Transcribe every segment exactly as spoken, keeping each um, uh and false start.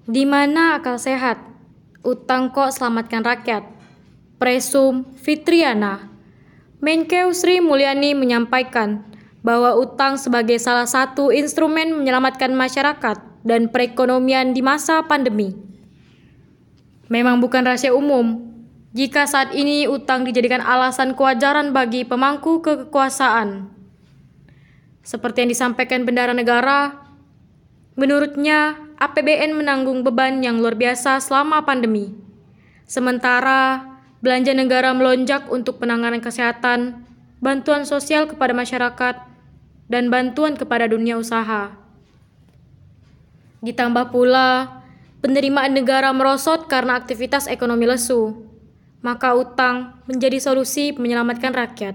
Di mana akal sehat? Utang kok selamatkan rakyat? Presum Fitriana. Menkeu Sri Mulyani menyampaikan bahwa utang sebagai salah satu instrumen menyelamatkan masyarakat dan perekonomian di masa pandemi. Memang bukan rahasia umum jika saat ini utang dijadikan alasan kewajaran bagi pemangku kekuasaan. Seperti yang disampaikan Bendahara Negara, menurutnya A P B N menanggung beban yang luar biasa selama pandemi. Sementara belanja negara melonjak untuk penanganan kesehatan, bantuan sosial kepada masyarakat, dan bantuan kepada dunia usaha. Ditambah pula, penerimaan negara merosot karena aktivitas ekonomi lesu, maka utang menjadi solusi menyelamatkan rakyat.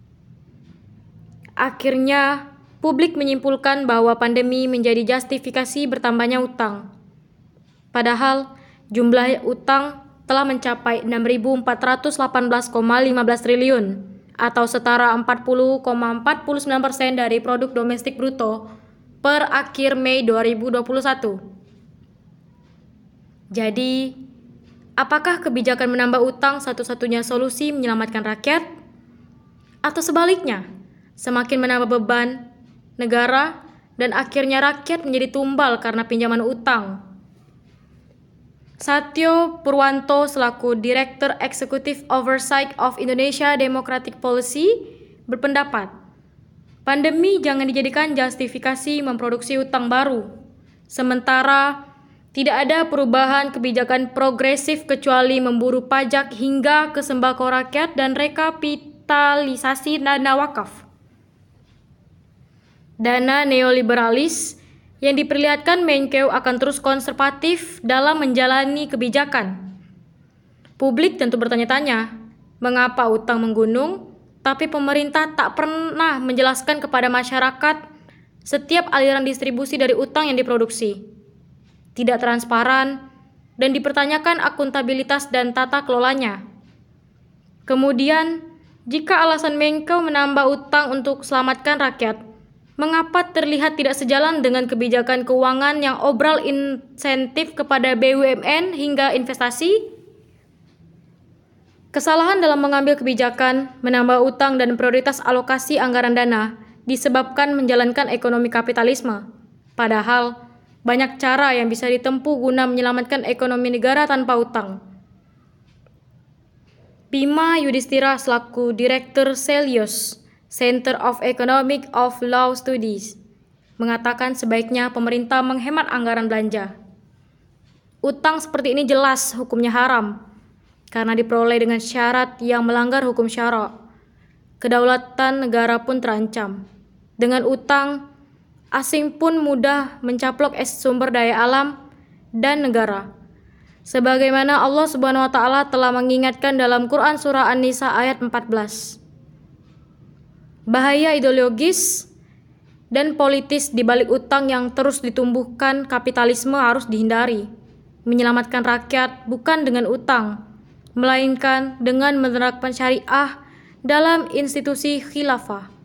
Akhirnya, publik menyimpulkan bahwa pandemi menjadi justifikasi bertambahnya utang. Padahal, jumlah utang telah mencapai enam ribu empat ratus delapan belas koma lima belas triliun atau setara empat puluh koma empat puluh sembilan persen dari produk domestik bruto per akhir Mei dua ribu dua puluh satu. Jadi, apakah kebijakan menambah utang satu-satunya solusi menyelamatkan rakyat? Atau sebaliknya, semakin menambah beban negara dan akhirnya rakyat menjadi tumbal karena pinjaman utang? Satyo Purwanto selaku Direktur Eksekutif Oversight of Indonesia Democratic Policy berpendapat, pandemi jangan dijadikan justifikasi memproduksi utang baru, sementara tidak ada perubahan kebijakan progresif kecuali memburu pajak hingga ke sembako rakyat dan rekapitalisasi dana wakaf. Dana neoliberalis yang diperlihatkan Menkeu akan terus konservatif dalam menjalani kebijakan. Publik tentu bertanya-tanya, mengapa utang menggunung, tapi pemerintah tak pernah menjelaskan kepada masyarakat setiap aliran distribusi dari utang yang diproduksi. Tidak transparan dan dipertanyakan akuntabilitas dan tata kelolanya. Kemudian, jika alasan Menkeu menambah utang untuk selamatkan rakyat, mengapa terlihat tidak sejalan dengan kebijakan keuangan yang obral insentif kepada B U M N hingga investasi? Kesalahan dalam mengambil kebijakan, menambah utang dan prioritas alokasi anggaran dana disebabkan menjalankan ekonomi kapitalisme. Padahal, banyak cara yang bisa ditempuh guna menyelamatkan ekonomi negara tanpa utang. Bima Yudhistira selaku Direktur Celios Center of Economic of Law Studies mengatakan sebaiknya pemerintah menghemat anggaran belanja. Utang seperti ini jelas hukumnya haram karena diperoleh dengan syarat yang melanggar hukum syara. Kedaulatan negara pun terancam. Dengan utang, asing pun mudah mencaplok es sumber daya alam dan negara. Sebagaimana Allah Subhanahu wa taala telah mengingatkan dalam Quran surah An-Nisa ayat empat belas. Bahaya ideologis dan politis di balik utang yang terus ditumbuhkan kapitalisme harus dihindari. Menyelamatkan rakyat bukan dengan utang, melainkan dengan menerapkan syariah dalam institusi khilafah.